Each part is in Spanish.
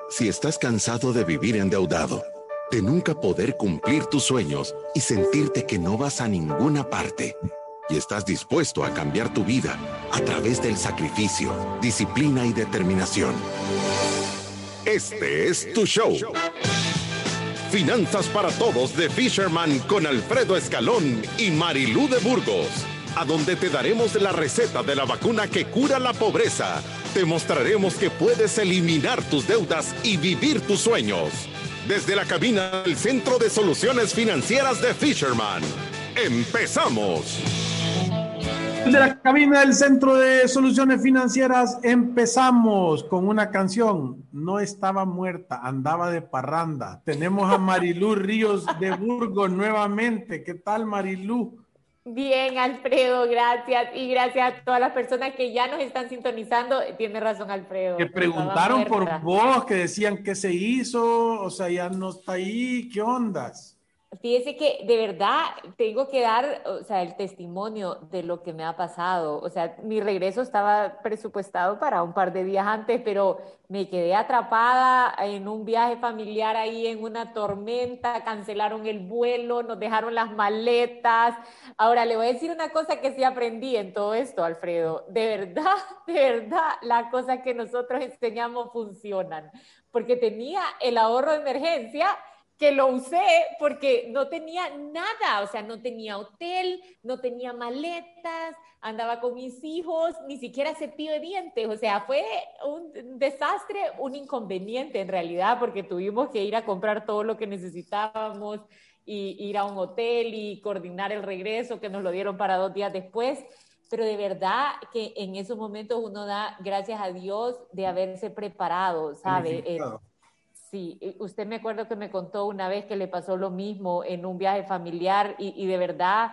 Si estás cansado de vivir endeudado, de nunca poder cumplir tus sueños y sentirte que no vas a ninguna parte, y estás dispuesto a cambiar tu vida a través del sacrificio, disciplina y determinación, este es tu show. Finanzas para Todos de Fisherman con Alfredo Escalón y Marilú de Burgos, a donde te daremos la receta de la vacuna que cura la pobreza. Te mostraremos que puedes eliminar tus deudas y vivir tus sueños. Desde la cabina del Centro de Soluciones Financieras de Fisherman. ¡Empezamos! Desde la cabina del Centro de Soluciones Financieras empezamos con una canción. No estaba muerta, andaba de parranda. Tenemos a Marilú Ríos de Burgos nuevamente. ¿Qué tal, Marilú? Bien, Alfredo, gracias. Y gracias a todas las personas que ya nos están sintonizando. Tiene razón, Alfredo. Que preguntaron por vos, que decían qué se hizo, o sea, ya no está ahí, ¿qué ondas? Fíjese que de verdad tengo que dar, o sea, el testimonio de lo que me ha pasado. O sea, mi regreso estaba presupuestado para un par de días antes, pero me quedé atrapada en un viaje familiar ahí en una tormenta, cancelaron el vuelo, nos dejaron las maletas. Ahora, le voy a decir una cosa que sí aprendí en todo esto, Alfredo. De verdad, las cosas que nosotros enseñamos funcionan. Porque tenía el ahorro de emergencia que lo usé porque no tenía nada, o sea, no tenía hotel, no tenía maletas, andaba con mis hijos, ni siquiera cepillo de dientes, o sea, fue un desastre, un inconveniente en realidad, porque tuvimos que ir a comprar todo lo que necesitábamos y ir a un hotel y coordinar el regreso, que nos lo dieron para 2 días después. Pero de verdad que en esos momentos uno da gracias a Dios de haberse preparado, ¿sabe? Sí, usted me acuerdo que me contó una vez que le pasó lo mismo en un viaje familiar y de verdad,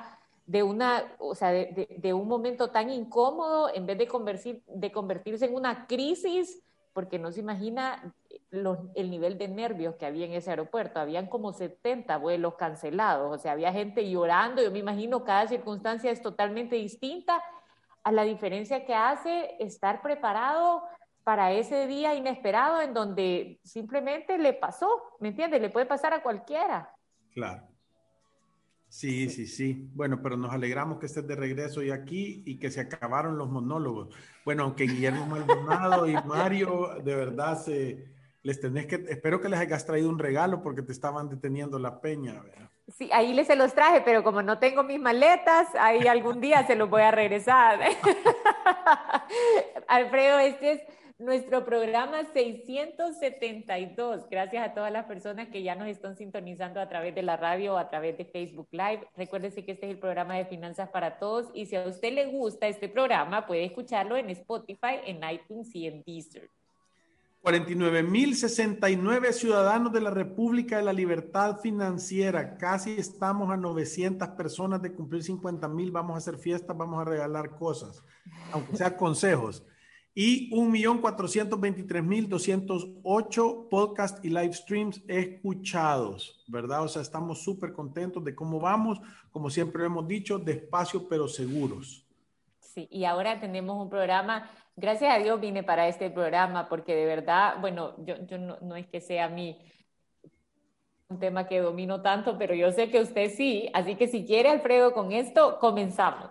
o sea, de un momento tan incómodo, en vez de convertirse en una crisis, porque no se imagina el nivel de nervios que había en ese aeropuerto. Habían como 70 vuelos cancelados, o sea, había gente llorando. Yo me imagino cada circunstancia es totalmente distinta a la diferencia que hace estar preparado para ese día inesperado en donde simplemente le pasó, ¿me entiendes? Le puede pasar a cualquiera. Claro. Sí. Bueno, pero nos alegramos que estés de regreso y aquí y que se acabaron los monólogos. Bueno, aunque Guillermo Maldonado y Mario, de verdad, espero que les hayas traído un regalo porque te estaban deteniendo la peña, ¿verdad? Sí, ahí se los traje, pero como no tengo mis maletas, ahí algún día se los voy a regresar. Alfredo, este es nuestro programa 672. Gracias a todas las personas que ya nos están sintonizando a través de la radio o a través de Facebook Live. Recuérdese que este es el programa de Finanzas para Todos y si a usted le gusta este programa, puede escucharlo en Spotify, en iTunes y en Deezer. 49.069 ciudadanos de la República de la Libertad Financiera. Casi estamos a 900 personas de cumplir 50,000. Vamos a hacer fiestas, vamos a regalar cosas, aunque sea consejos. Y 1.423.208 podcasts y live streams escuchados, ¿verdad? O sea, estamos súper contentos de cómo vamos. Como siempre hemos dicho, despacio pero seguros. Sí, y ahora tenemos un programa. Gracias a Dios vine para este programa porque de verdad, bueno, yo no es que sea un tema que domino tanto, pero yo sé que usted sí. Así que si quiere, Alfredo, con esto comenzamos.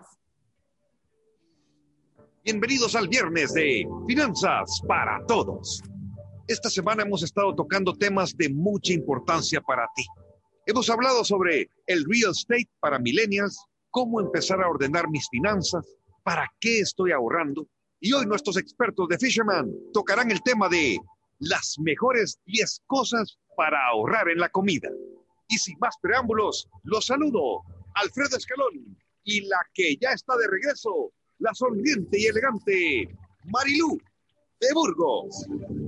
Bienvenidos al viernes de Finanzas para Todos. Esta semana hemos estado tocando temas de mucha importancia para ti. Hemos hablado sobre el real estate para millennials, cómo empezar a ordenar mis finanzas, para qué estoy ahorrando. Y hoy nuestros expertos de Fisherman tocarán el tema de las mejores 10 cosas para ahorrar en la comida. Y sin más preámbulos, los saludo, Alfredo Escalón, y la que ya está de regreso, la sonriente y elegante Marilú de Burgos.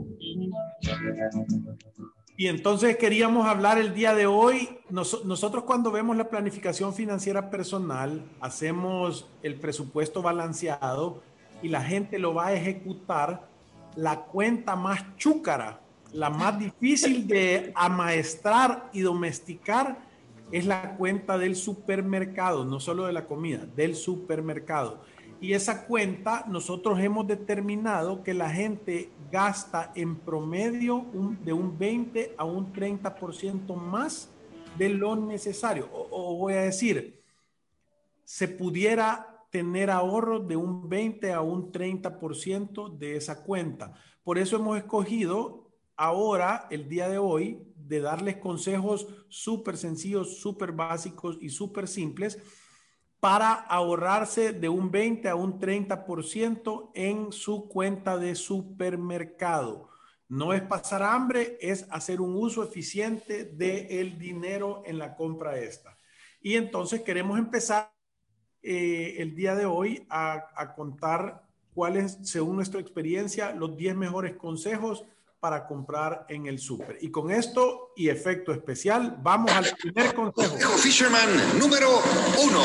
Y entonces queríamos hablar el día de hoy. Nosotros cuando vemos la planificación financiera personal, hacemos el presupuesto balanceado y la gente lo va a ejecutar. La cuenta más chúcara, la más difícil de amaestrar y domesticar es la cuenta del supermercado, no solo de la comida, del supermercado. Y esa cuenta nosotros hemos determinado que la gente gasta en promedio de un 20 a un 30% más de lo necesario. O voy a decir, se pudiera tener ahorros de un 20 a un 30% de esa cuenta. Por eso hemos escogido ahora, el día de hoy, de darles consejos súper sencillos, súper básicos y súper simples para ahorrarse de un 20 a un 30% en su cuenta de supermercado. No es pasar hambre, es hacer un uso eficiente del dinero en la compra esta. Y entonces queremos empezar el día de hoy a contar cuáles, según nuestra experiencia, los 10 mejores consejos para comprar en el súper. Y con esto y efecto especial, vamos al primer consejo. Consejo Fisherman número 1.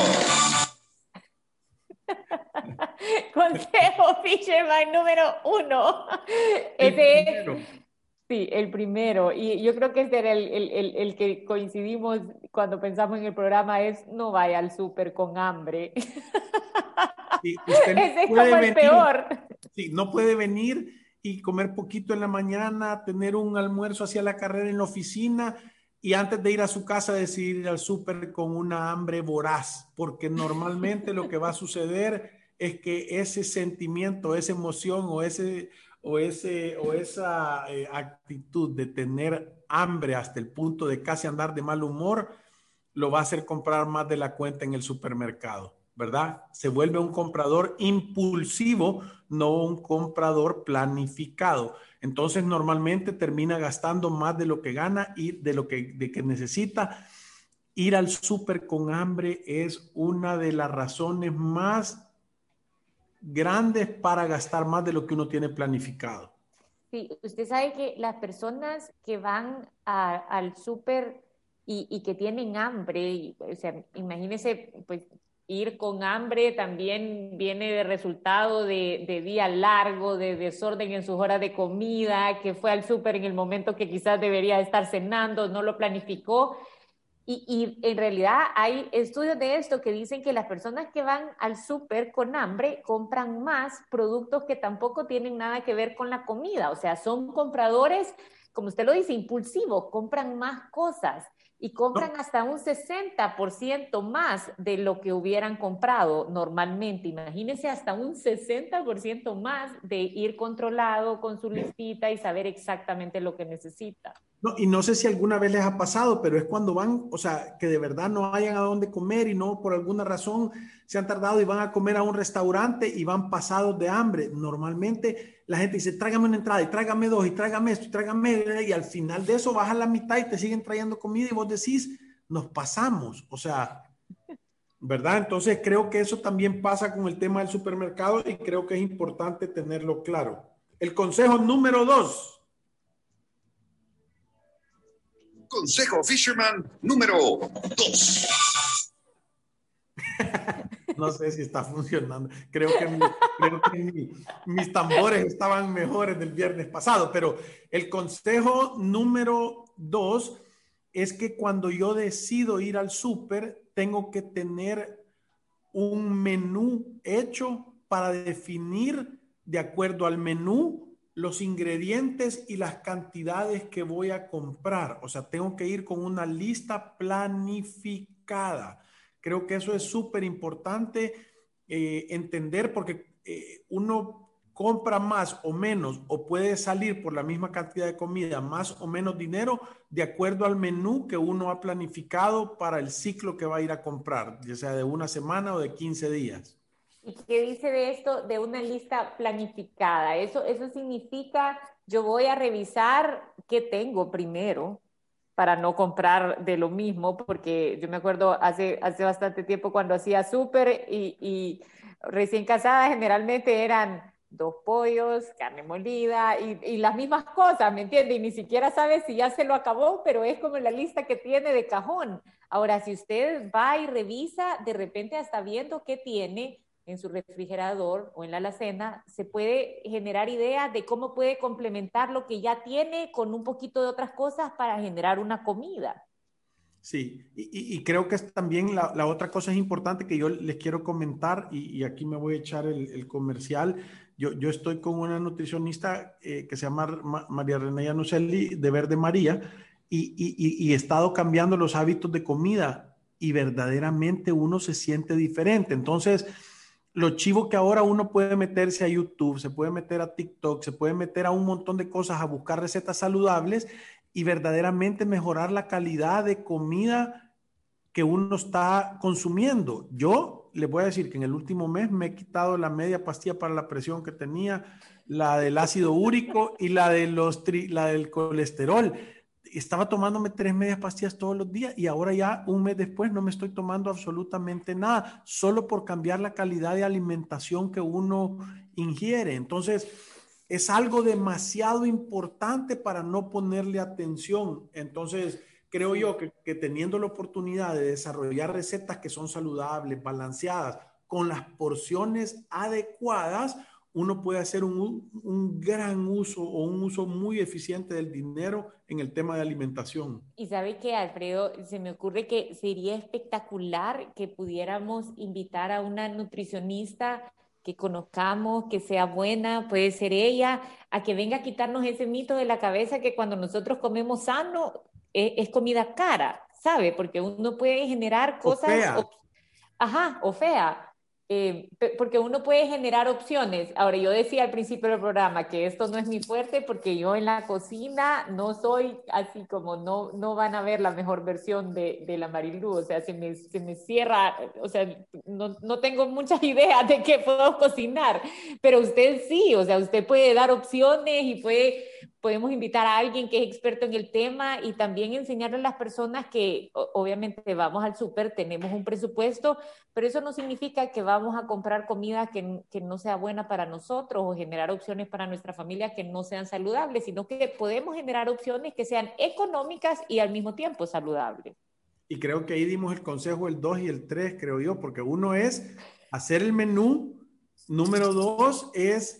Consejo Fisherman número 1. Ese es, sí, el primero. Y yo creo que este era el que coincidimos cuando pensamos en el programa, es no vaya al súper con hambre. Sí, usted Ese es puede como el venir, peor. sí, no puede venir y comer poquito en la mañana, tener un almuerzo hacia la carrera en la oficina y antes de ir a su casa decidir ir al súper con una hambre voraz, porque normalmente lo que va a suceder es que ese sentimiento, esa emoción o esa actitud de tener hambre hasta el punto de casi andar de mal humor, lo va a hacer comprar más de la cuenta en el supermercado, ¿verdad? Se vuelve un comprador impulsivo, no un comprador planificado. Entonces normalmente termina gastando más de lo que gana y de que necesita. Ir al súper con hambre es una de las razones más grandes para gastar más de lo que uno tiene planificado. Sí, usted sabe que las personas que van al súper y que tienen hambre, o sea, imagínese, pues ir con hambre también viene de resultado de día largo, de desorden en sus horas de comida, que fue al súper en el momento que quizás debería estar cenando, no lo planificó. Y en realidad hay estudios de esto que dicen que las personas que van al súper con hambre compran más productos que tampoco tienen nada que ver con la comida. O sea, son compradores, como usted lo dice, impulsivos, compran más cosas y compran No, hasta un 60% más de lo que hubieran comprado normalmente. Imagínense hasta un 60% más de ir controlado con su listita y saber exactamente lo que necesita. no, y no sé si alguna vez les ha pasado, pero es cuando van, o sea, que de verdad no hayan a dónde comer y no por alguna razón se han tardado y van a comer a un restaurante y van pasados de hambre. Normalmente la gente dice, tráigame una entrada y tráigame dos y tráigame esto y tráigame, y al final de eso bajan la mitad y te siguen trayendo comida y vos decís, nos pasamos, o sea, ¿verdad? Entonces creo que eso también pasa con el tema del supermercado y creo que es importante tenerlo claro. El consejo número 2. Consejo Fisherman número 2. No sé si está funcionando. Creo que mis tambores estaban mejores del viernes pasado, pero el consejo número 2 es que cuando yo decido ir al súper, tengo que tener un menú hecho para definir de acuerdo al menú los ingredientes y las cantidades que voy a comprar. O sea, tengo que ir con una lista planificada. Creo que eso es súper importante entender porque uno compra más o menos o puede salir por la misma cantidad de comida más o menos dinero de acuerdo al menú que uno ha planificado para el ciclo que va a ir a comprar, ya sea de una semana o de 15 días. ¿Y qué dice de esto de una lista planificada? Eso significa, yo voy a revisar qué tengo primero para no comprar de lo mismo, porque yo me acuerdo hace bastante tiempo cuando hacía súper y recién casada generalmente eran 2 pollos, carne molida y las mismas cosas, ¿me entiende? Y ni siquiera sabe si ya se lo acabó, pero es como la lista que tiene de cajón. Ahora, si usted va y revisa, de repente hasta viendo qué tiene en su refrigerador o en la alacena, se puede generar ideas de cómo puede complementar lo que ya tiene con un poquito de otras cosas para generar una comida. Sí, y creo que también la otra cosa es importante que yo les quiero comentar, y aquí me voy a echar el comercial. Yo estoy con una nutricionista que se llama María René Yanuselli de Verde María, y he estado cambiando los hábitos de comida y verdaderamente uno se siente diferente. Entonces, lo chivo que ahora uno puede meterse a YouTube, se puede meter a TikTok, se puede meter a un montón de cosas a buscar recetas saludables y verdaderamente mejorar la calidad de comida que uno está consumiendo. Yo le voy a decir que en el último mes me he quitado la media pastilla para la presión que tenía, la del ácido úrico y la del colesterol. Estaba tomándome 3 medias pastillas todos los días y ahora ya un mes después no me estoy tomando absolutamente nada, solo por cambiar la calidad de alimentación que uno ingiere. Entonces, es algo demasiado importante para no ponerle atención. Entonces, creo yo que teniendo la oportunidad de desarrollar recetas que son saludables, balanceadas, con las porciones adecuadas, uno puede hacer un gran uso o un uso muy eficiente del dinero en el tema de alimentación. Y sabe que, Alfredo, se me ocurre que sería espectacular que pudiéramos invitar a una nutricionista que conozcamos, que sea buena, puede ser ella, a que venga a quitarnos ese mito de la cabeza que cuando nosotros comemos sano es comida cara, ¿sabe? Porque uno puede generar O cosas, fea. ajá, o fea. Porque uno puede generar opciones. Ahora, yo decía al principio del programa que esto no es mi fuerte porque yo en la cocina no soy así como no van a ver la mejor versión de la Marilú, o sea, se me cierra, o sea, no tengo muchas ideas de qué puedo cocinar, pero usted sí, o sea, usted puede dar opciones y podemos invitar a alguien que es experto en el tema y también enseñarle a las personas que obviamente vamos al súper, tenemos un presupuesto, pero eso no significa que vamos a comprar comida que no sea buena para nosotros o generar opciones para nuestra familia que no sean saludables, sino que podemos generar opciones que sean económicas y al mismo tiempo saludables. Y creo que ahí dimos el consejo el 2 y el 3, creo yo, porque uno es hacer el menú, número 2 es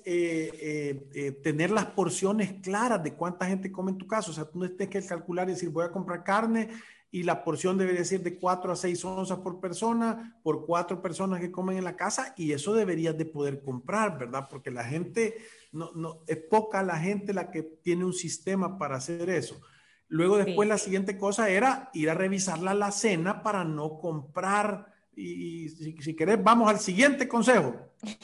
tener las porciones claras de cuánta gente come en tu casa. O sea, tú no tienes que calcular y decir, voy a comprar carne y la porción debe ser de 4 a 6 onzas por persona, por 4 personas que comen en la casa, y eso deberías de poder comprar, ¿verdad? Porque la gente, es poca la gente la que tiene un sistema para hacer eso. Luego después Sí. la siguiente cosa era ir a revisar la alacena para no comprar. Y si querés, vamos al siguiente consejo.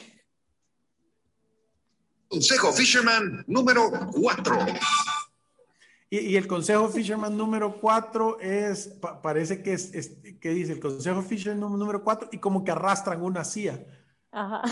Consejo Fisherman número 4. Y el consejo Fisherman número 4 es, parece que que dice el consejo Fisherman número 4 y como que arrastran una silla. Ajá.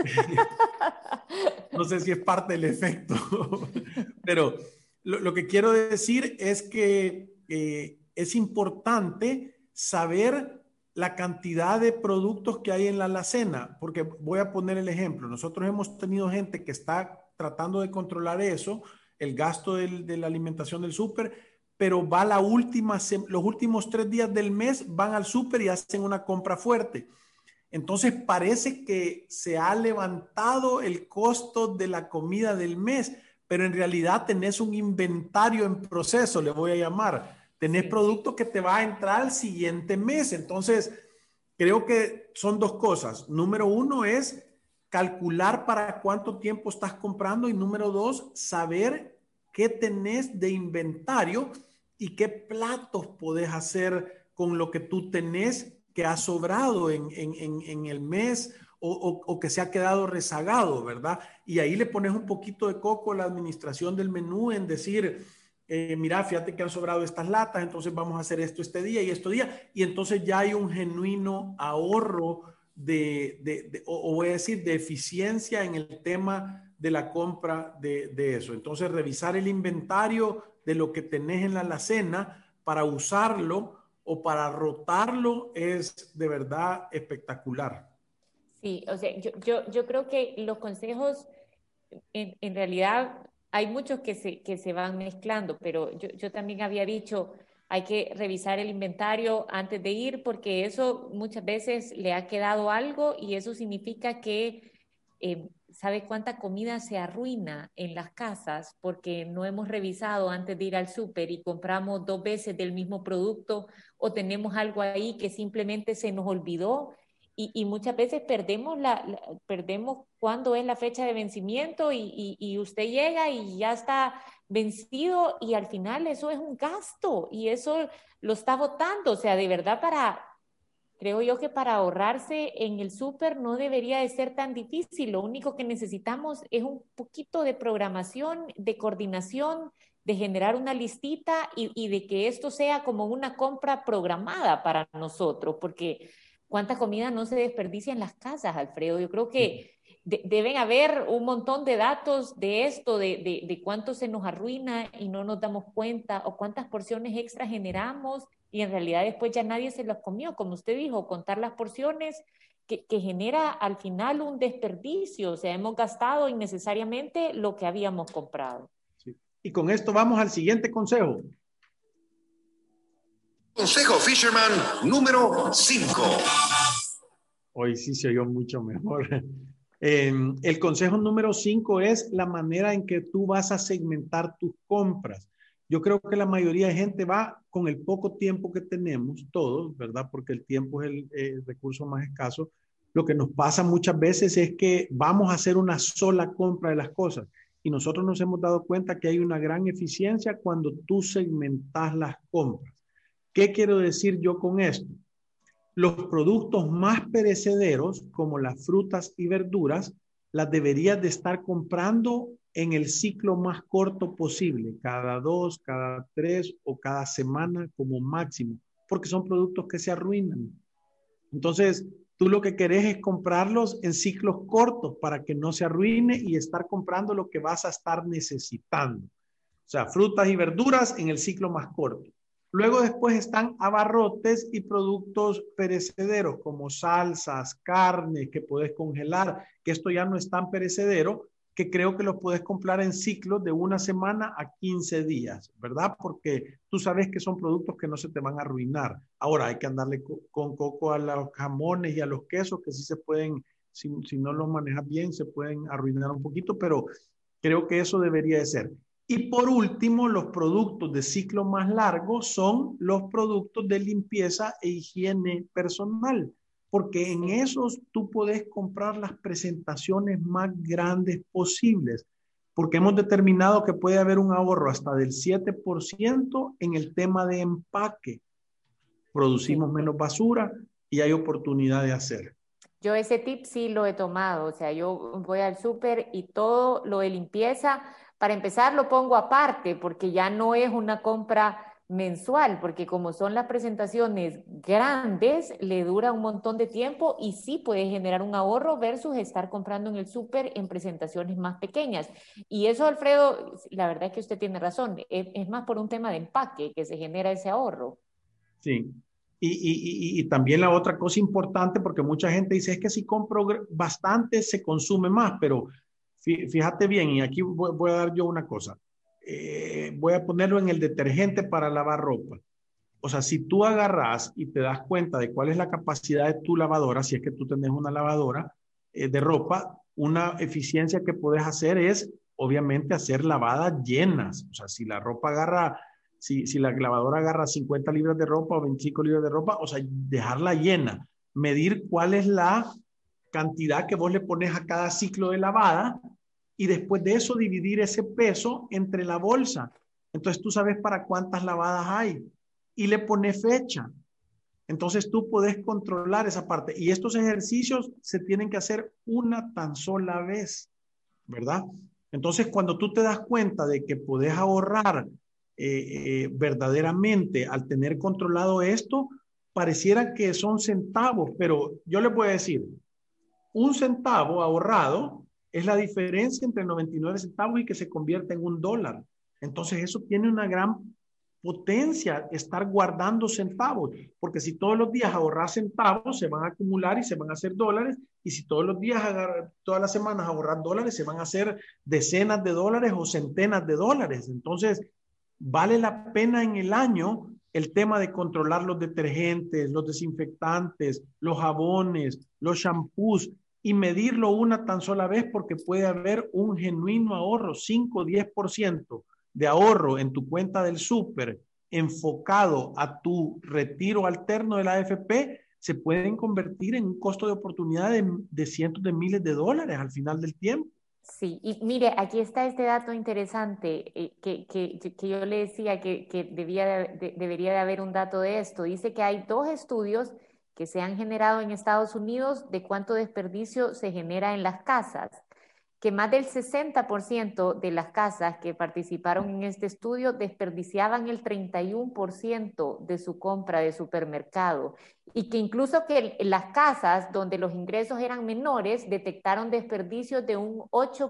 No sé si es parte del efecto, pero lo que quiero decir es que es importante saber la cantidad de productos que hay en la alacena, porque voy a poner el ejemplo. Nosotros hemos tenido gente que está tratando de controlar eso, el gasto de la alimentación del súper, pero va los últimos 3 días del mes, van al súper y hacen una compra fuerte. Entonces parece que se ha levantado el costo de la comida del mes, pero en realidad tenés un inventario en proceso, le voy a llamar. Tenés Sí. producto que te va a entrar al siguiente mes. Entonces, creo que son dos cosas. Número uno es calcular para cuánto tiempo estás comprando y número dos, saber qué tenés de inventario y qué platos podés hacer con lo que tú tenés que ha sobrado en el mes o que se ha quedado rezagado, ¿verdad? Y ahí le pones un poquito de coco a la administración del menú en decir, mira, fíjate que han sobrado estas latas, entonces vamos a hacer esto este día y este día, y entonces ya hay un genuino ahorro o voy a decir, de eficiencia en el tema de la compra de eso. Entonces, revisar el inventario de lo que tenés en la alacena para usarlo o para rotarlo es de verdad espectacular. Sí, o sea, yo creo que los consejos, en realidad, hay muchos que se van mezclando, pero yo también había dicho, hay que revisar el inventario antes de ir, porque eso muchas veces le ha quedado algo y eso significa que ¿sabe cuánta comida se arruina en las casas porque no hemos revisado antes de ir al súper y compramos 2 veces del mismo producto o tenemos algo ahí que simplemente se nos olvidó? Y muchas veces perdemos cuándo es la fecha de vencimiento y usted llega y ya está vencido y al final eso es un gasto y eso lo está botando. O sea, de verdad creo yo que para ahorrarse en el súper no debería de ser tan difícil. Lo único que necesitamos es un poquito de programación, de coordinación, de generar una listita y de que esto sea como una compra programada para nosotros, porque cuánta comida no se desperdicia en las casas, Alfredo. Yo creo que deben haber un montón de datos de esto, de cuánto se nos arruina y no nos damos cuenta, o cuántas porciones extra generamos y en realidad después ya nadie se las comió, como usted dijo, contar las porciones que genera al final un desperdicio, o sea, hemos gastado innecesariamente lo que habíamos comprado. Sí. Y con esto vamos al siguiente consejo. Consejo Fisherman número 5. Hoy sí se oyó mucho mejor. El consejo número 5 es la manera en que tú vas a segmentar tus compras. Yo creo que la mayoría de gente va con el poco tiempo que tenemos, todos, ¿verdad? Porque el tiempo es el recurso más escaso. Lo que nos pasa muchas veces es que vamos a hacer una sola compra de las cosas y nosotros nos hemos dado cuenta que hay una gran eficiencia cuando tú segmentas las compras. ¿Qué quiero decir yo con esto? Los productos más perecederos, como las frutas y verduras, las deberías de estar comprando en el ciclo más corto posible, cada 2, cada 3 o cada semana como máximo, porque son productos que se arruinan. Entonces, tú lo que querés es comprarlos en ciclos cortos para que no se arruine y estar comprando lo que vas a estar necesitando. O sea, frutas y verduras en el ciclo más corto. Luego después están abarrotes y productos perecederos como salsas, carnes que puedes congelar, que esto ya no es tan perecedero, que creo que los puedes comprar en ciclos de 1 semana a 15 días, ¿verdad? Porque tú sabes que son productos que no se te van a arruinar. Ahora hay que andarle con coco a los jamones y a los quesos que sí se pueden, si no los manejas bien, se pueden arruinar un poquito, pero creo que eso debería de ser. Y por último, los productos de ciclo más largo son los productos de limpieza e higiene personal, porque en esos tú puedes comprar las presentaciones más grandes posibles, porque hemos determinado que puede haber un ahorro hasta del 7% en el tema de empaque. Producimos menos basura y hay oportunidad de hacer. Yo ese tip sí lo he tomado, o sea, yo voy al súper y todo lo de limpieza, para empezar lo pongo aparte, porque ya no es una compra mensual, porque como son las presentaciones grandes, le dura un montón de tiempo y sí puede generar un ahorro versus estar comprando en el súper en presentaciones más pequeñas. Y eso, Alfredo, la verdad es que usted tiene razón, es más por un tema de empaque que se genera ese ahorro. Sí. Y también la otra cosa importante, porque mucha gente dice, es que si compro bastante se consume más, pero fíjate bien, y aquí voy a dar yo una cosa. Voy a ponerlo en el detergente para lavar ropa. O sea, si tú agarras y te das cuenta de cuál es la capacidad de tu lavadora, si es que tú tenés una lavadora de ropa, una eficiencia que puedes hacer es, obviamente, hacer lavadas llenas. O sea, si la ropa agarra... Si la lavadora agarra 50 libras de ropa o 25 libras de ropa, o sea, dejarla llena, medir cuál es la cantidad que vos le pones a cada ciclo de lavada y después de eso dividir ese peso entre la bolsa. Entonces tú sabes para cuántas lavadas hay y le pones fecha. Entonces tú puedes controlar esa parte y estos ejercicios se tienen que hacer una tan sola vez, ¿verdad? Entonces cuando tú te das cuenta de que puedes ahorrar verdaderamente al tener controlado esto, pareciera que son centavos, pero yo les voy a decir, 1 centavo ahorrado es la diferencia entre 99 centavos y que se convierte en $1. Entonces eso tiene una gran potencia, estar guardando centavos, porque si todos los días ahorras centavos, se van a acumular y se van a hacer dólares, y si todos los días, todas las semanas ahorrar dólares, se van a hacer decenas de dólares o centenas de dólares. Entonces, vale la pena en el año el tema de controlar los detergentes, los desinfectantes, los jabones, los shampoos, y medirlo una tan sola vez, porque puede haber un genuino ahorro, 5 o 10% de ahorro en tu cuenta del súper enfocado a tu retiro alterno de la AFP, se pueden convertir en un costo de oportunidad de cientos de miles de dólares al final del tiempo. Sí, y mire, aquí está este dato interesante que yo le decía que debería de haber un dato de esto. Dice que hay 2 estudios que se han generado en Estados Unidos de cuánto desperdicio se genera en las casas, que más del 60% de las casas que participaron en este estudio desperdiciaban el 31% de su compra de supermercado, y que incluso que las casas donde los ingresos eran menores detectaron desperdicios de un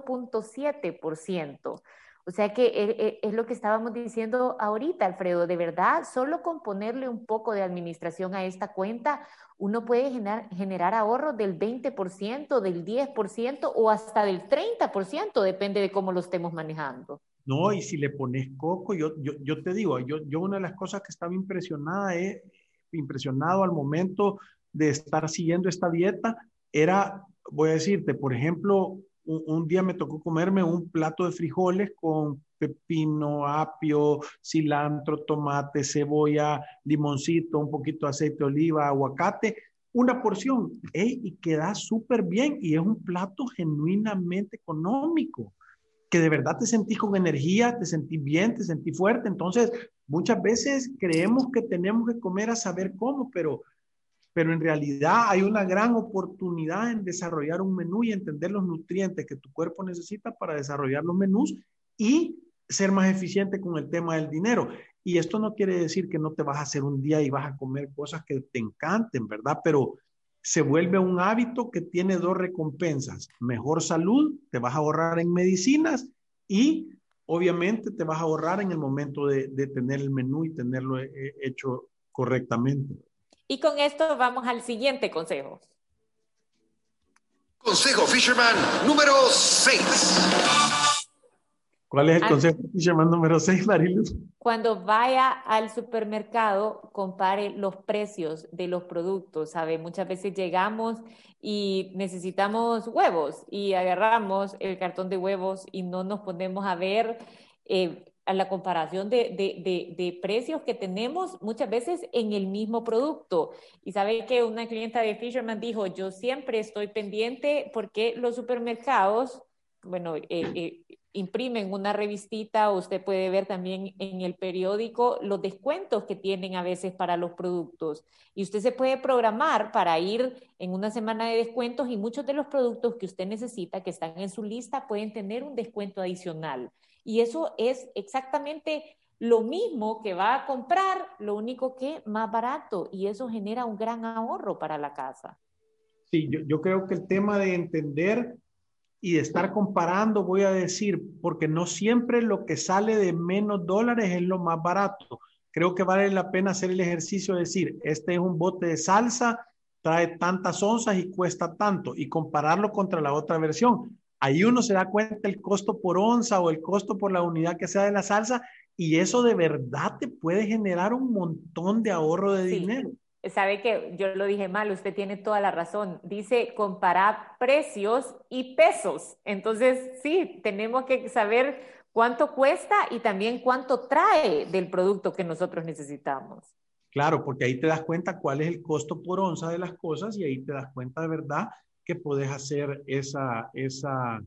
8.7%. O sea que es lo que estábamos diciendo ahorita, Alfredo, de verdad, solo con ponerle un poco de administración a esta cuenta, uno puede generar ahorros del 20%, del 10% o hasta del 30%, depende de cómo lo estemos manejando. No, y si le pones coco, yo te digo, yo una de las cosas que estaba impresionado al momento de estar siguiendo esta dieta era, voy a decirte, por ejemplo, un día me tocó comerme un plato de frijoles con pepino, apio, cilantro, tomate, cebolla, limoncito, un poquito de aceite de oliva, aguacate, una porción, y queda súper bien y es un plato genuinamente económico, que de verdad te sentís con energía, te sentís bien, te sentís fuerte. Entonces, muchas veces creemos que tenemos que comer a saber cómo, pero en realidad hay una gran oportunidad en desarrollar un menú y entender los nutrientes que tu cuerpo necesita para desarrollar los menús y ser más eficiente con el tema del dinero. Y esto no quiere decir que no te vas a hacer un día y vas a comer cosas que te encanten, ¿verdad? Pero se vuelve un hábito que tiene 2 recompensas: mejor salud, te vas a ahorrar en medicinas y obviamente te vas a ahorrar en el momento de tener el menú y tenerlo hecho correctamente. Y con esto vamos al siguiente consejo. Consejo Fisherman número 6. ¿Cuál es el consejo Fisherman número 6, Mariluz? Cuando vaya al supermercado, compare los precios de los productos, ¿sabe? Muchas veces llegamos y necesitamos huevos y agarramos el cartón de huevos y no nos ponemos a ver a la comparación de precios que tenemos muchas veces en el mismo producto. Y sabe que una clienta de Fisherman dijo, yo siempre estoy pendiente porque los supermercados, bueno, imprimen una revistita, usted puede ver también en el periódico los descuentos que tienen a veces para los productos, y usted se puede programar para ir en una semana de descuentos, y muchos de los productos que usted necesita, que están en su lista, pueden tener un descuento adicional, y eso es exactamente lo mismo que va a comprar, lo único que más barato, y eso genera un gran ahorro para la casa. Sí, yo creo que el tema de entender y de estar comparando, voy a decir, porque no siempre lo que sale de menos dólares es lo más barato. Creo que vale la pena hacer el ejercicio de decir, este es un bote de salsa, trae tantas onzas y cuesta tanto, y compararlo contra la otra versión. Ahí uno se da cuenta el costo por onza o el costo por la unidad que sea de la salsa, y eso de verdad te puede generar un montón de ahorro de dinero. Sabe que yo lo dije mal, usted tiene toda la razón. Dice comparar precios y pesos. Entonces, sí, tenemos que saber cuánto cuesta y también cuánto trae del producto que nosotros necesitamos. Claro, porque ahí te das cuenta cuál es el costo por onza de las cosas y ahí te das cuenta de verdad que puedes hacer esa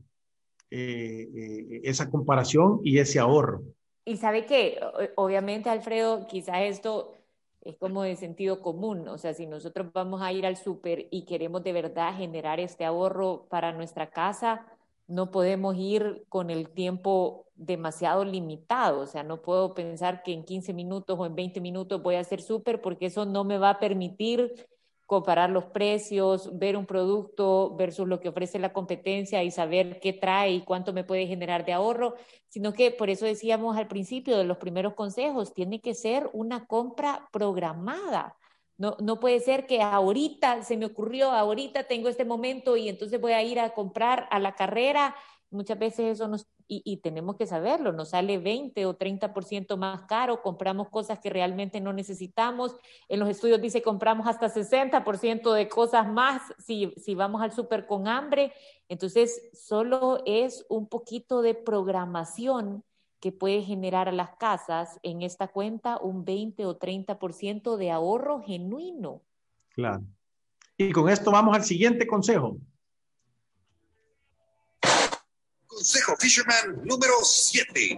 comparación y ese ahorro. Y sabe que, obviamente, Alfredo, quizás esto es como de sentido común. O sea, si nosotros vamos a ir al súper y queremos de verdad generar este ahorro para nuestra casa, no podemos ir con el tiempo demasiado limitado. O sea, no puedo pensar que en 15 minutos o en 20 minutos voy a hacer súper, porque eso no me va a permitir comparar los precios, ver un producto versus lo que ofrece la competencia y saber qué trae y cuánto me puede generar de ahorro, sino que por eso decíamos al principio de los primeros consejos, tiene que ser una compra programada. No puede ser que ahorita se me ocurrió, ahorita tengo este momento y entonces voy a ir a comprar a la carrera. Muchas veces eso y tenemos que saberlo, nos sale 20 o 30% más caro, compramos cosas que realmente no necesitamos, en los estudios dice compramos hasta 60% de cosas más si vamos al súper con hambre, entonces solo es un poquito de programación que puede generar a las casas en esta cuenta un 20 o 30% de ahorro genuino. Claro. Y con esto vamos al siguiente consejo. Consejo Fisherman número 7.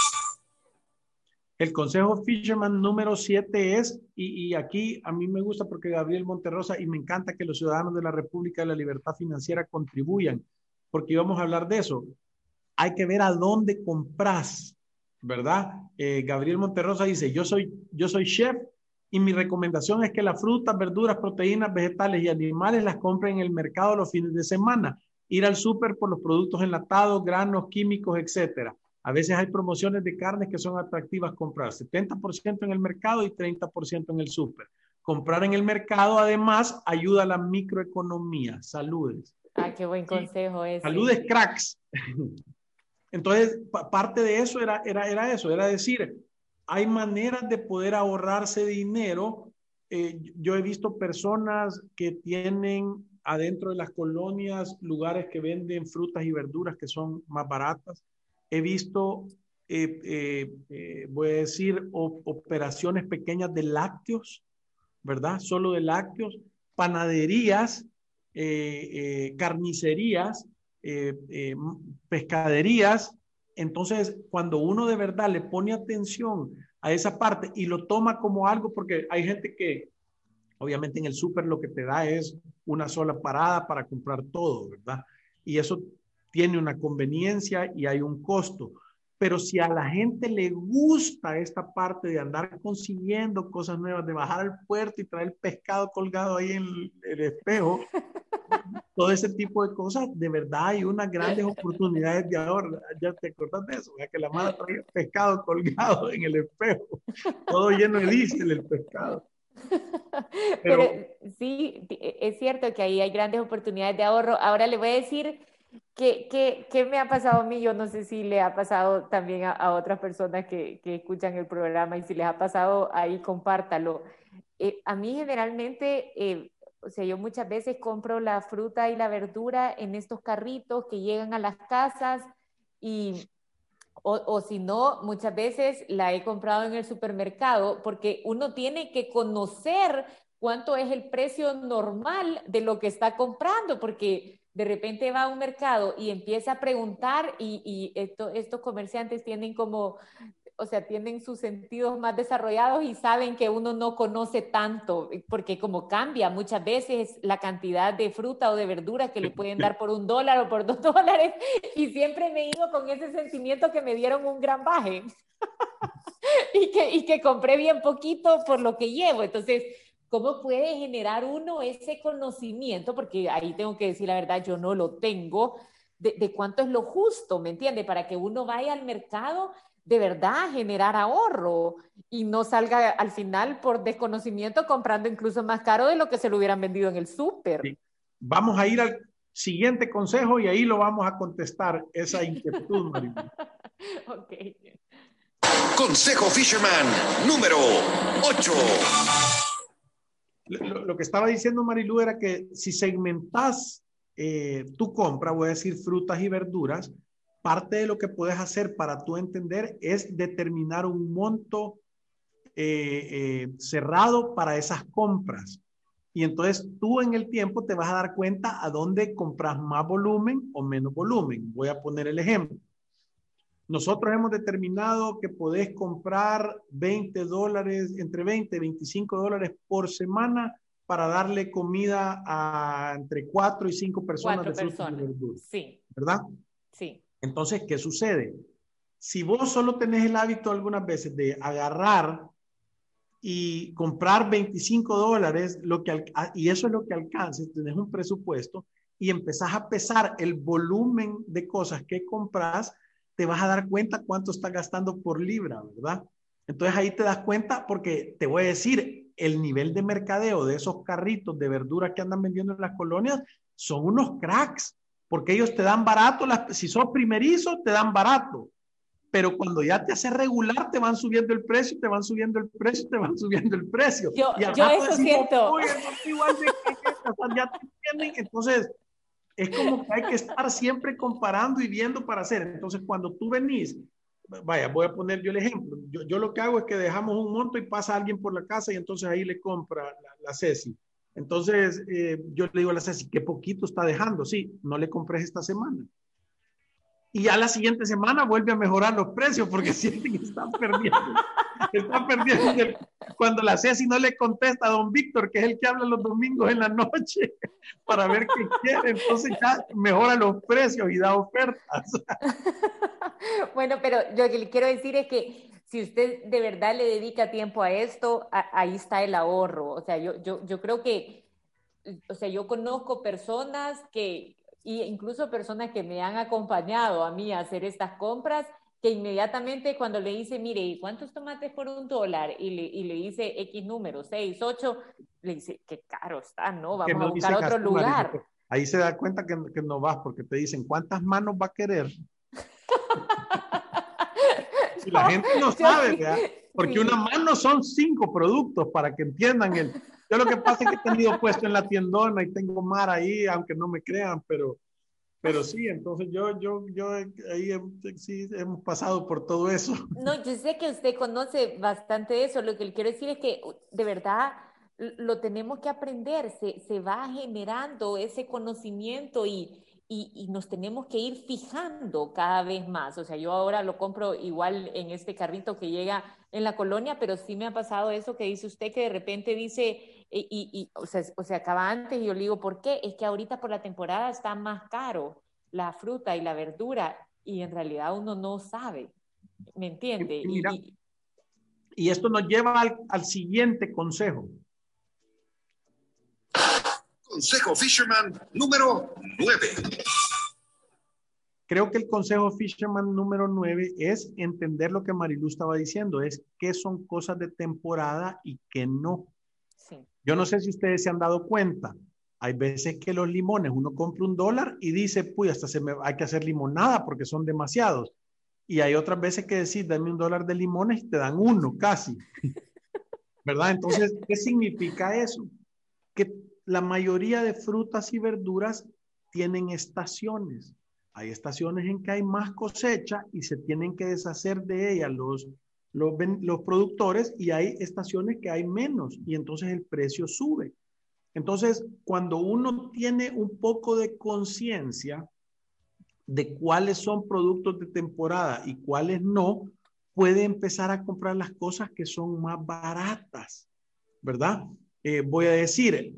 El consejo Fisherman número 7 es, y aquí a mí me gusta porque Gabriel Monterrosa, y me encanta que los ciudadanos de la República de la Libertad Financiera contribuyan, porque íbamos a hablar de eso. Hay que ver a dónde compras, ¿verdad? Gabriel Monterrosa dice, yo soy chef y mi recomendación es que las frutas, verduras, proteínas, vegetales y animales las compren en el mercado los fines de semana. Ir al súper por los productos enlatados, granos, químicos, etcétera. A veces hay promociones de carnes que son atractivas comprar. 70% en el mercado y 30% en el súper. Comprar en el mercado, además, ayuda a la microeconomía. Saludes. Ah, qué buen consejo ese. Saludes, cracks. Entonces, parte de eso era eso, era decir, hay maneras de poder ahorrarse dinero. Yo he visto personas que tienen adentro de las colonias lugares que venden frutas y verduras que son más baratas. He visto, voy a decir, operaciones pequeñas de lácteos, ¿verdad? Solo de lácteos, panaderías, carnicerías, pescaderías. Entonces, cuando uno de verdad le pone atención a esa parte y lo toma como algo, porque hay gente que obviamente en el súper lo que te da es una sola parada para comprar todo, ¿verdad? Y eso tiene una conveniencia y hay un costo. Pero si a la gente le gusta esta parte de andar consiguiendo cosas nuevas, de bajar al puerto y traer el pescado colgado ahí en el espejo, todo ese tipo de cosas, de verdad hay unas grandes oportunidades de ahorro. ¿Ya te acordás de eso? Que la mala traía pescado colgado en el espejo, todo lleno de diésel el pescado. Pero sí, es cierto que ahí hay grandes oportunidades de ahorro. Ahora le voy a decir que me ha pasado a mí, yo no sé si le ha pasado también a otras personas que escuchan el programa y si les ha pasado ahí, compártalo. A mí generalmente, o sea, yo muchas veces compro la fruta y la verdura en estos carritos que llegan a las casas y... O si no, muchas veces la he comprado en el supermercado porque uno tiene que conocer cuánto es el precio normal de lo que está comprando, porque de repente va a un mercado y empieza a preguntar y estos comerciantes tienen como, o sea, tienen sus sentidos más desarrollados y saben que uno no conoce tanto, porque como cambia muchas veces la cantidad de fruta o de verdura que le pueden dar por $1 o por $2, y siempre me he ido con ese sentimiento que me dieron un gran baje y que compré bien poquito por lo que llevo. Entonces, ¿cómo puede generar uno ese conocimiento? Porque ahí tengo que decir la verdad, yo no lo tengo, de cuánto es lo justo, ¿me entiende? Para que uno vaya al mercado de verdad generar ahorro y no salga al final por desconocimiento comprando incluso más caro de lo que se lo hubieran vendido en el súper. Sí. Vamos a ir al siguiente consejo y ahí lo vamos a contestar, esa inquietud, Marilu. Ok. Consejo Fisherman número 8. Lo que estaba diciendo Marilu era que si segmentas tu compra, voy a decir frutas y verduras, parte de lo que puedes hacer para tú entender es determinar un monto cerrado para esas compras. Y entonces tú en el tiempo te vas a dar cuenta a dónde compras más volumen o menos volumen. Voy a poner el ejemplo. Nosotros hemos determinado que podés comprar $20, entre 20 y $25 por semana para darle comida a entre 4 y 5 personas de frutas y verduras. Sí. ¿Verdad? Sí. Entonces, ¿qué sucede? Si vos solo tenés el hábito algunas veces de agarrar y comprar $25, y eso es lo que alcances, tenés un presupuesto y empezás a pesar el volumen de cosas que compras, te vas a dar cuenta cuánto estás gastando por libra, ¿verdad? Entonces ahí te das cuenta porque te voy a decir, el nivel de mercadeo de esos carritos de verduras que andan vendiendo en las colonias son unos cracks. porque ellos te dan barato, si sos primerizo, te dan barato. Pero cuando ya te hace regular, te van subiendo el precio, te van subiendo el precio, te van subiendo el precio. Yo eso decimos, siento. oye, no es igual de que ya te entienden. Entonces, es como que hay que estar siempre comparando y viendo para hacer. Entonces, cuando tú venís, vaya, voy a poner yo el ejemplo. Yo lo que hago es que dejamos un monto y pasa alguien por la casa y entonces ahí le compra la Ceci. Entonces, yo le digo a la Ceci, qué poquito está dejando. Sí, no le compré esta semana. Y ya la siguiente semana vuelve a mejorar los precios porque sienten que están perdiendo. Están perdiendo. Cuando la Ceci no le contesta a don Víctor, que es el que habla los domingos en la noche, para ver qué quiere, entonces ya mejora los precios y da ofertas. Bueno, pero yo lo que le quiero decir es que si usted de verdad le dedica tiempo a esto, ahí está el ahorro. O sea, yo creo que, o sea, yo conozco personas que, y incluso personas que me han acompañado a mí a hacer estas compras, que inmediatamente cuando le dice, mire, ¿cuántos tomates por $1? Y le dice X número, 6, 8, le dice, qué caro está, ¿no? Vamos a buscar otro lugar. Ahí se da cuenta que no vas porque te dicen, ¿cuántas manos va a querer? Si la gente no sabe, ¿verdad? Porque sí, una mano son 5 productos para que entiendan yo lo que pasa es que he tenido puesto en la tiendona y tengo mar ahí, aunque no me crean, pero sí, entonces yo ahí sí hemos pasado por todo eso. No, yo sé que usted conoce bastante eso. Lo que le quiero decir es que de verdad lo tenemos que aprender. Se va generando ese conocimiento y nos tenemos que ir fijando cada vez más. O sea, yo ahora lo compro igual en este carrito que llega en la colonia, pero sí me ha pasado eso que dice usted, que de repente dice, o sea, acaba antes y yo le digo, ¿por qué? Es que ahorita por la temporada está más caro la fruta y la verdura y en realidad uno no sabe, ¿me entiende? Y esto nos lleva al siguiente consejo. Consejo Fisherman número 9. Creo que el consejo Fisherman número 9 es entender lo que Marilu estaba diciendo, es qué son cosas de temporada y qué no. Sí. Yo no sé si ustedes se han dado cuenta, hay veces que los limones, uno compra $1 y dice, pues hasta hay que hacer limonada porque son demasiados. Y hay otras veces que decís, dame $1 de limones y te dan 1 casi. ¿Verdad? Entonces, ¿qué significa eso? Que la mayoría de frutas y verduras tienen estaciones. Hay estaciones en que hay más cosecha y se tienen que deshacer de ellas los productores y hay estaciones que hay menos y entonces el precio sube. Entonces, cuando uno tiene un poco de conciencia de cuáles son productos de temporada y cuáles no, puede empezar a comprar las cosas que son más baratas, ¿verdad? Voy a decir,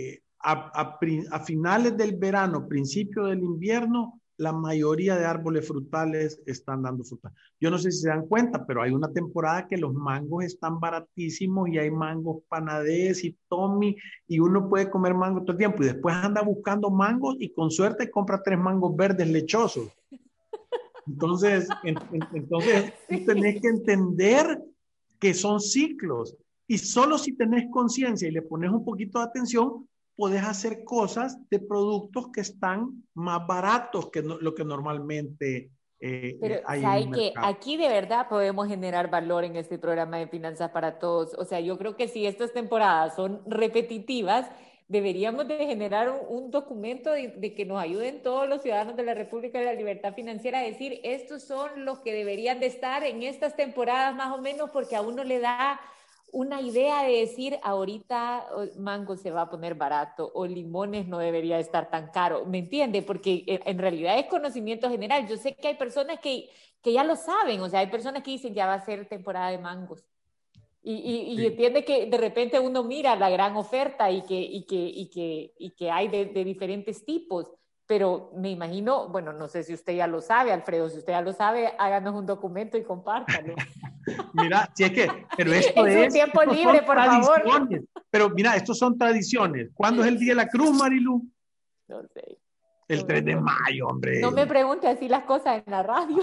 a finales del verano, principio del invierno, la mayoría de árboles frutales están dando fruta. Yo no sé si se dan cuenta, pero hay una temporada que los mangos están baratísimos y hay mangos Panadés y Tommy y uno puede comer mango todo el tiempo y después anda buscando mangos y con suerte compra 3 mangos verdes lechosos. Entonces tú tenés que entender que son ciclos y solo si tenés conciencia y le pones un poquito de atención, puedes hacer cosas de productos que están más baratos que lo que normalmente pero hay en el mercado. Que aquí de verdad podemos generar valor en este programa de Finanzas para Todos. O sea, yo creo que si estas temporadas son repetitivas, deberíamos de generar un documento de que nos ayuden todos los ciudadanos de la República de la Libertad Financiera a decir, estos son los que deberían de estar en estas temporadas más o menos, porque a uno le da una idea de decir, ahorita mango se va a poner barato o limones no debería estar tan caro, ¿me entiende? Porque en realidad es conocimiento general. Yo sé que hay personas que ya lo saben, o sea, hay personas que dicen ya va a ser temporada de mangos y sí, entiende que de repente uno mira la gran oferta y que hay de diferentes tipos. Pero me imagino, bueno, no sé si usted ya lo sabe, Alfredo, si usted ya lo sabe, háganos un documento y compártalo. Mira, si es que, pero esto en su tiempo libre, por favor. Pero mira, estos son tradiciones. ¿Cuándo es el Día de la Cruz, Marilu? No sé. El 3 de mayo, hombre. No me pregunte así las cosas en la radio.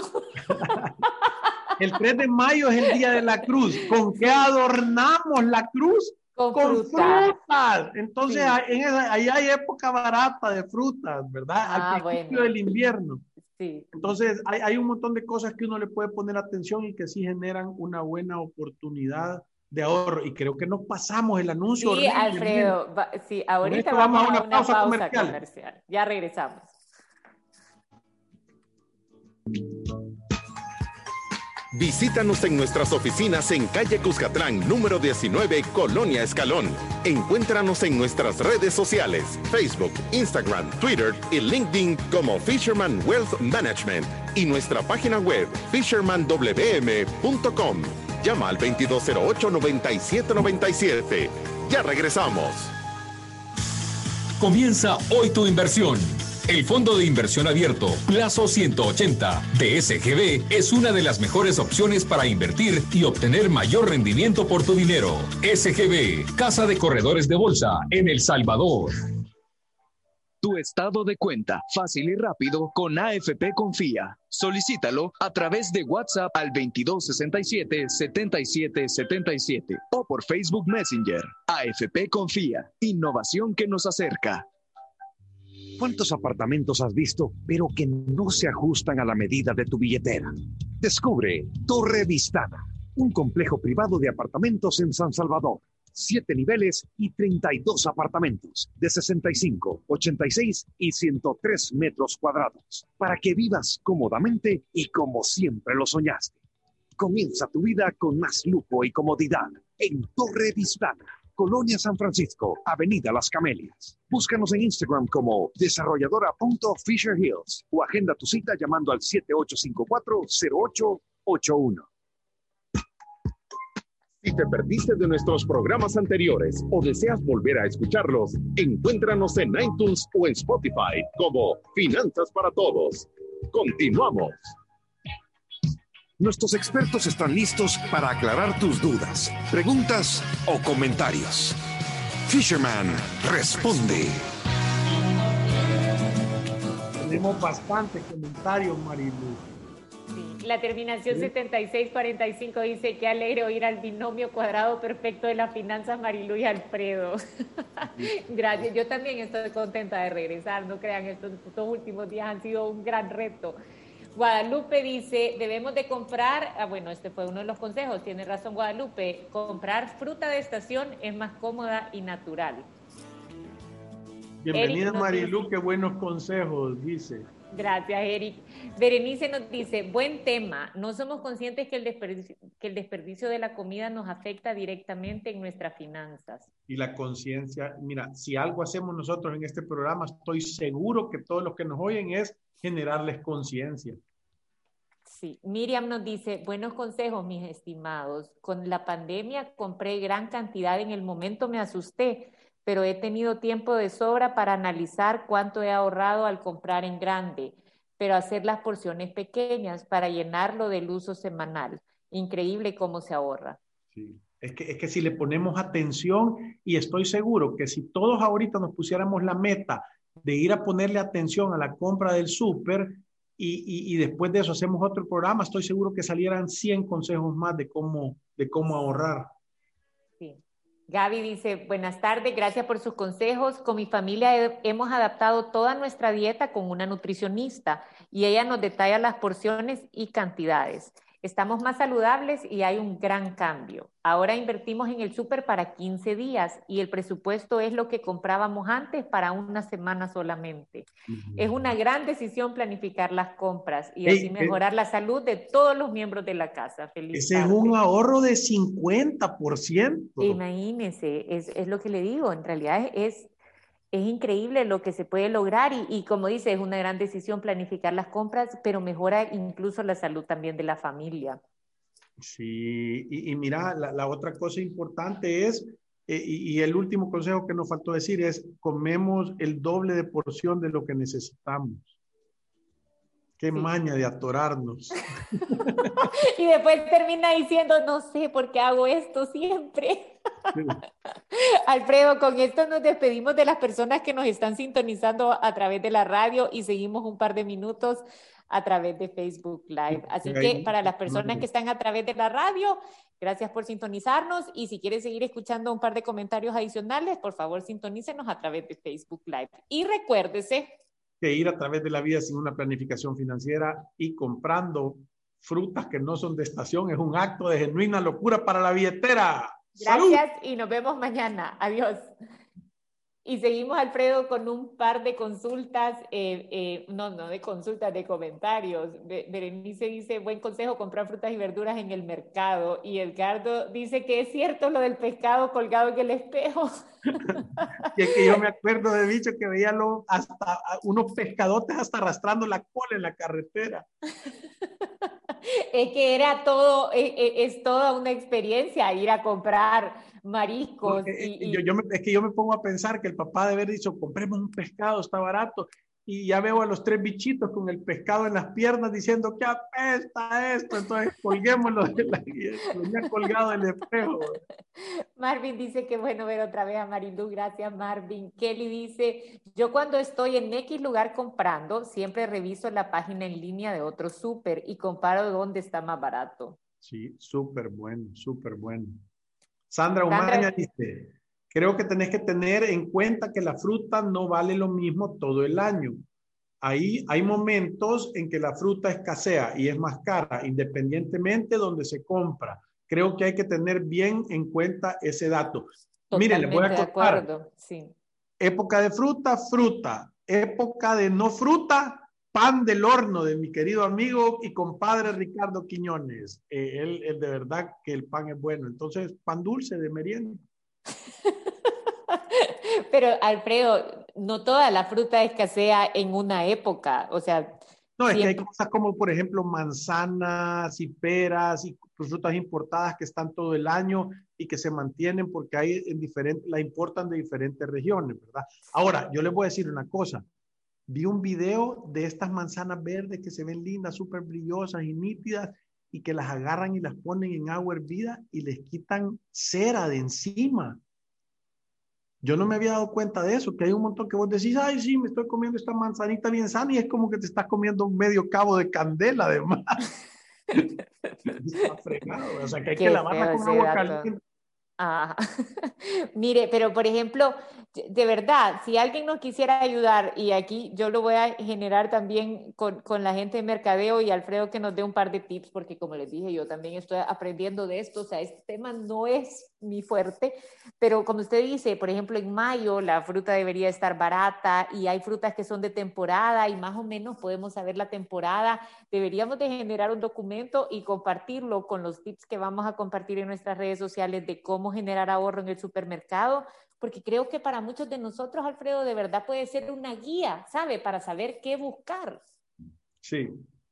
El 3 de mayo es el Día de la Cruz. ¿Con qué adornamos la cruz? Con con fruta. frutas. Entonces, Sí. ahí hay época barata de frutas, ¿verdad? Al principio Bueno. del invierno. Sí. Entonces, hay un montón de cosas que uno le puede poner atención y que sí generan una buena oportunidad de ahorro. Y creo que nos pasamos el anuncio Sí, horrible. Miren. Alfredo. Sí, Con ahorita esto vamos vamos a a una una pausa pausa comercial. comercial. Ya regresamos. Visítanos en nuestras oficinas en calle Cuscatlán, número 19, Colonia Escalón. Encuéntranos en nuestras redes sociales, Facebook, Instagram, Twitter y LinkedIn como Fisherman Wealth Management y nuestra página web fishermanwm.com. Llama al 2208-9797. Ya regresamos. Comienza hoy tu inversión. El Fondo de Inversión Abierto, plazo 180 de SGB, es una de las mejores opciones para invertir y obtener mayor rendimiento por tu dinero. SGB, Casa de Corredores de Bolsa en El Salvador. Tu estado de cuenta, fácil y rápido, con AFP Confía. Solicítalo a través de WhatsApp al 2267-7777 o por Facebook Messenger. AFP Confía, innovación que nos acerca. ¿Cuántos apartamentos has visto, pero que no se ajustan a la medida de tu billetera? Descubre Torre Vistana, un complejo privado de apartamentos en San Salvador. 7 niveles y 32 apartamentos de 65, 86 y 103 metros cuadrados, para que vivas cómodamente y como siempre lo soñaste. Comienza tu vida con más lujo y comodidad en Torre Vistana, Colonia San Francisco, Avenida Las Camelias. Búscanos en Instagram como desarrolladora.fisherhills o agenda tu cita llamando al 7854-0881. Si te perdiste de nuestros programas anteriores o deseas volver a escucharlos, encuéntranos en iTunes o en Spotify como Finanzas para Todos. Continuamos. Nuestros expertos están listos para aclarar tus dudas, preguntas o comentarios. Fisherman responde. Tenemos bastante comentarios, Marilu. Sí. La terminación 7645 dice: qué alegre oír al binomio cuadrado perfecto de las finanzas, Marilu y Alfredo. Gracias. Yo también estoy contenta de regresar. No crean, estos últimos días han sido un gran reto. Guadalupe dice: debemos de comprar, bueno, este fue uno de los consejos, tiene razón Guadalupe, comprar fruta de estación es más cómoda y natural. Bienvenida, Marilu, qué buenos consejos, dice. Gracias, Eric. Berenice nos dice: buen tema, no somos conscientes que el desperdicio de la comida nos afecta directamente en nuestras finanzas. Y la conciencia, mira, si algo hacemos nosotros en este programa, estoy seguro que todos los que nos oyen es generarles conciencia. Sí, Miriam nos dice: buenos consejos, mis estimados. Con la pandemia compré gran cantidad, en el momento me asusté, pero he tenido tiempo de sobra para analizar cuánto he ahorrado al comprar en grande, pero hacer las porciones pequeñas para llenarlo del uso semanal. Increíble cómo se ahorra. Sí. Es que si le ponemos atención, y estoy seguro que si todos ahorita nos pusiéramos la meta de ir a ponerle atención a la compra del súper y después de eso hacemos otro programa, estoy seguro que salieran 100 consejos más de cómo ahorrar. Sí. Gaby dice: buenas tardes, gracias por sus consejos. Con mi familia hemos adaptado toda nuestra dieta con una nutricionista y ella nos detalla las porciones y cantidades. Estamos más saludables y hay un gran cambio. Ahora invertimos en el súper para 15 días y el presupuesto es lo que comprábamos antes para una semana solamente. Es una gran decisión planificar las compras y así mejorar la salud de todos los miembros de la casa. Feliz ese tarde. es un ahorro de 50%. Imagínese, es lo que le digo, en realidad es increíble lo que se puede lograr y como dice, es una gran decisión planificar las compras, pero mejora incluso la salud también de la familia. Sí, y mira, la otra cosa importante es, y el último consejo que nos faltó decir es: comemos el doble de porción de lo que necesitamos. Qué maña de atorarnos. Y después termina diciendo: no sé por qué hago esto siempre. Sí. Alfredo, con esto nos despedimos de las personas que nos están sintonizando a través de la radio y seguimos un par de minutos a través de Facebook Live. Así que para las personas que están a través de la radio, gracias por sintonizarnos, y si quieren seguir escuchando un par de comentarios adicionales, por favor sintonícenos a través de Facebook Live. Y recuérdese que ir a través de la vida sin una planificación financiera y comprando frutas que no son de estación es un acto de genuina locura para la billetera. Gracias. ¡Salud! Y nos vemos mañana. Adiós. Y seguimos, Alfredo, con un par de consultas, no de consultas, de comentarios. Berenice dice, buen consejo, comprar frutas y verduras en el mercado. Y Edgardo dice que es cierto lo del pescado colgado en el espejo. Y es que yo me acuerdo de bicho que veía hasta unos pescadotes hasta arrastrando la cola en la carretera. Es que era todo, es toda una experiencia ir a comprar mariscos. Es que yo me pongo a pensar que el papá debe haber dicho, compremos un pescado, está barato. Y ya veo a los 3 bichitos con el pescado en las piernas diciendo, ¿qué apesta esto? Entonces colguémoslo lo colgado del espejo. Marvin dice que bueno ver otra vez a Marilú. Gracias, Marvin. Kelly dice, yo cuando estoy en X lugar comprando, siempre reviso la página en línea de otro súper y comparo dónde está más barato. Sí, súper bueno, súper bueno. Sandra Umaña dice, creo que tenés que tener en cuenta que la fruta no vale lo mismo todo el año. Ahí hay momentos en que la fruta escasea y es más cara, independientemente de donde se compra. Creo que hay que tener bien en cuenta ese dato. Miren, les voy a contar. Sí. Época de fruta, fruta. Época de no fruta, pan del horno de mi querido amigo y compadre Ricardo Quiñones. Él de verdad que el pan es bueno. Entonces, pan dulce de merienda. Pero, Alfredo, no toda la fruta escasea en una época. O sea, no, es que hay cosas como, por ejemplo, manzanas y peras y frutas importadas que están todo el año y que se mantienen porque hay la importan de diferentes regiones, ¿verdad? Ahora, yo les voy a decir una cosa. Vi un video de estas manzanas verdes que se ven lindas, súper brillosas y nítidas, y que las agarran y las ponen en agua hervida y les quitan cera de encima. Yo no me había dado cuenta de eso, que hay un montón que vos decís, ay, sí, me estoy comiendo esta manzanita bien sana, y es como que te estás comiendo un medio cabo de candela, además. Está fregado, o sea, que hay que lavarla con agua caliente. Ah. Mire, pero por ejemplo, de verdad, si alguien nos quisiera ayudar, y aquí yo lo voy a generar también con la gente de mercadeo y Alfredo que nos dé un par de tips, porque como les dije, yo también estoy aprendiendo de esto, o sea, este tema no es mi fuerte, pero como usted dice, por ejemplo, en mayo la fruta debería estar barata y hay frutas que son de temporada y más o menos podemos saber la temporada. Deberíamos de generar un documento y compartirlo con los tips que vamos a compartir en nuestras redes sociales de cómo generar ahorro en el supermercado, porque creo que para muchos de nosotros, Alfredo, de verdad puede ser una guía, ¿sabe? Para saber qué buscar. Sí.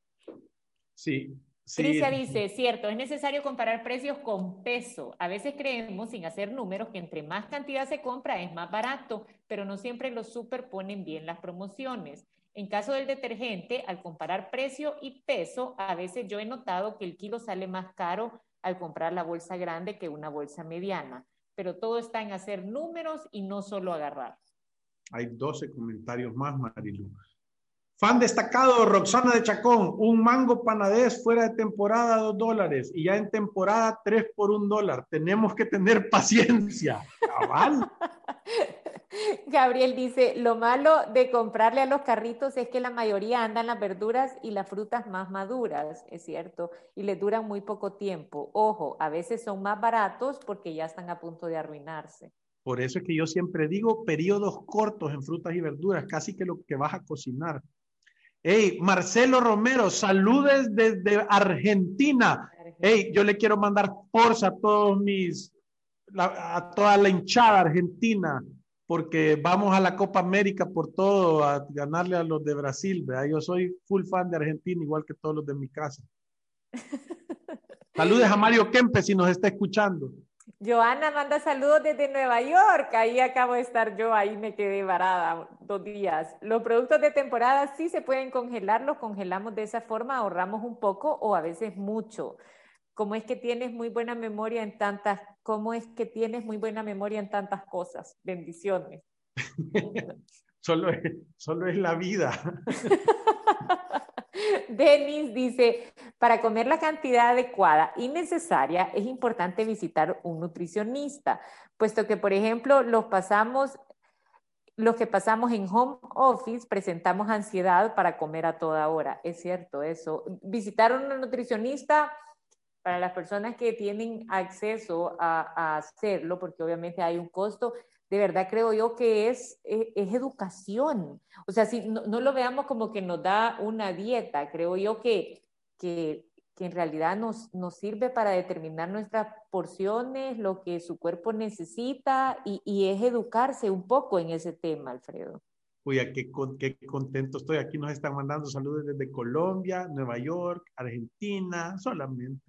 Tricia dice, cierto, es necesario comparar precios con peso. A veces creemos, sin hacer números, que entre más cantidad se compra es más barato, pero no siempre los súper ponen bien las promociones. En caso del detergente, al comparar precio y peso, a veces yo he notado que el kilo sale más caro al comprar la bolsa grande que una bolsa mediana. Pero todo está en hacer números y no solo agarrar. Hay 12 comentarios más, Marilu. Fan destacado, Roxana de Chacón. Un mango panadés fuera de temporada, $2. Y ya en temporada, 3 por $1. Tenemos que tener paciencia. Cabal. Gabriel dice, lo malo de comprarle a los carritos es que la mayoría andan las verduras y las frutas más maduras, es cierto, y les duran muy poco tiempo. Ojo, a veces son más baratos porque ya están a punto de arruinarse. Por eso es que yo siempre digo periodos cortos en frutas y verduras, casi que lo que vas a cocinar. Hey, Marcelo Romero, saludes desde Argentina. Hey, yo le quiero mandar fuerza a todos a toda la hinchada argentina, porque vamos a la Copa América por todo, a ganarle a los de Brasil, ¿verdad? Yo soy full fan de Argentina, igual que todos los de mi casa. Saludes a Mario Kempes si nos está escuchando. Joana manda saludos desde Nueva York. Ahí acabo de estar yo, ahí me quedé varada 2 días. Los productos de temporada sí se pueden congelar, los congelamos de esa forma, ahorramos un poco o a veces mucho. ¿Cómo es que tienes muy buena memoria en tantas cosas? Bendiciones. Solo es la vida. Denis dice, para comer la cantidad adecuada y necesaria es importante visitar un nutricionista, puesto que, por ejemplo, los que pasamos en home office presentamos ansiedad para comer a toda hora. Es cierto eso. Visitar a un nutricionista para las personas que tienen acceso a hacerlo, porque obviamente hay un costo, de verdad creo yo que es educación. O sea, si no lo veamos como que nos da una dieta, creo yo que en realidad nos sirve para determinar nuestras porciones, lo que su cuerpo necesita, y es educarse un poco en ese tema, Alfredo. Uy, qué contento estoy. Aquí nos están mandando saludos desde Colombia, Nueva York, Argentina, solamente.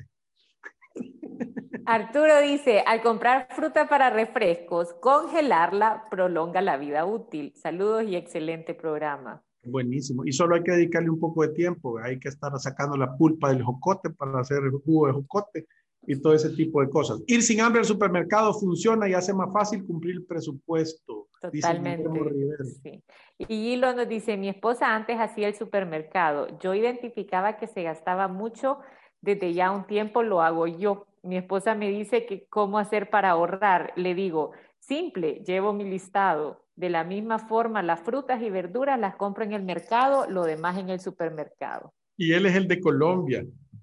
Arturo dice, al comprar fruta para refrescos, congelarla prolonga la vida útil. Saludos y excelente programa. Buenísimo. Y solo hay que dedicarle un poco de tiempo. Hay que estar sacando la pulpa del jocote para hacer el jugo de jocote y todo ese tipo de cosas. Ir sin hambre al supermercado funciona y hace más fácil cumplir el presupuesto. Totalmente. Sí. Y Gilo nos dice, mi esposa antes hacía el supermercado. Yo identificaba que se gastaba mucho. Desde ya un tiempo lo hago yo. Mi esposa me dice que cómo hacer para ahorrar. Le digo, simple, llevo mi listado. De la misma forma, las frutas y verduras las compro en el mercado, lo demás en el supermercado. Y él es el de Colombia.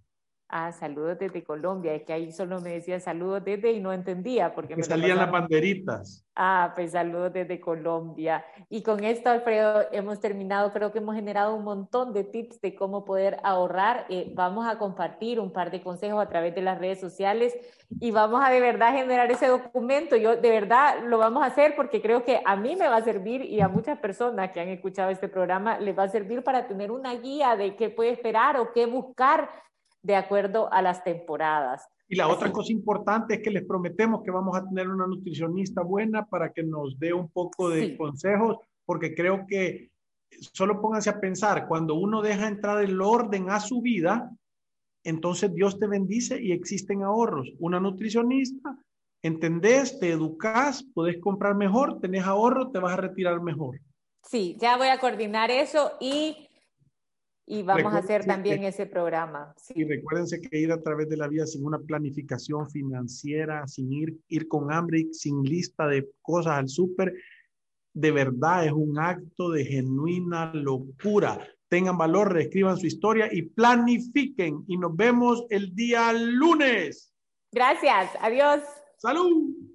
Ah, saludos desde Colombia. Es que ahí solo me decía saludos desde y no entendía porque me salían las banderitas. Ah, pues saludos desde Colombia. Y con esto, Alfredo, hemos terminado. Creo que hemos generado un montón de tips de cómo poder ahorrar. Vamos a compartir un par de consejos a través de las redes sociales y vamos a de verdad generar ese documento. Yo de verdad lo vamos a hacer porque creo que a mí me va a servir y a muchas personas que han escuchado este programa les va a servir para tener una guía de qué puede esperar o qué buscar de acuerdo a las temporadas. Y la otra cosa importante es que les prometemos que vamos a tener una nutricionista buena para que nos dé un poco de consejos, porque creo que solo pónganse a pensar, cuando uno deja entrar el orden a su vida, entonces Dios te bendice y existen ahorros. Una nutricionista, entendés, te educás, podés comprar mejor, tenés ahorro, te vas a retirar mejor. Sí, ya voy a coordinar eso y vamos a hacer también ese programa. Sí. Y recuérdense que ir a través de la vida sin una planificación financiera, sin ir con hambre, sin lista de cosas al súper, de verdad es un acto de genuina locura. Tengan valor, reescriban su historia y planifiquen. Y nos vemos el día lunes. Gracias. Adiós. ¡Salud!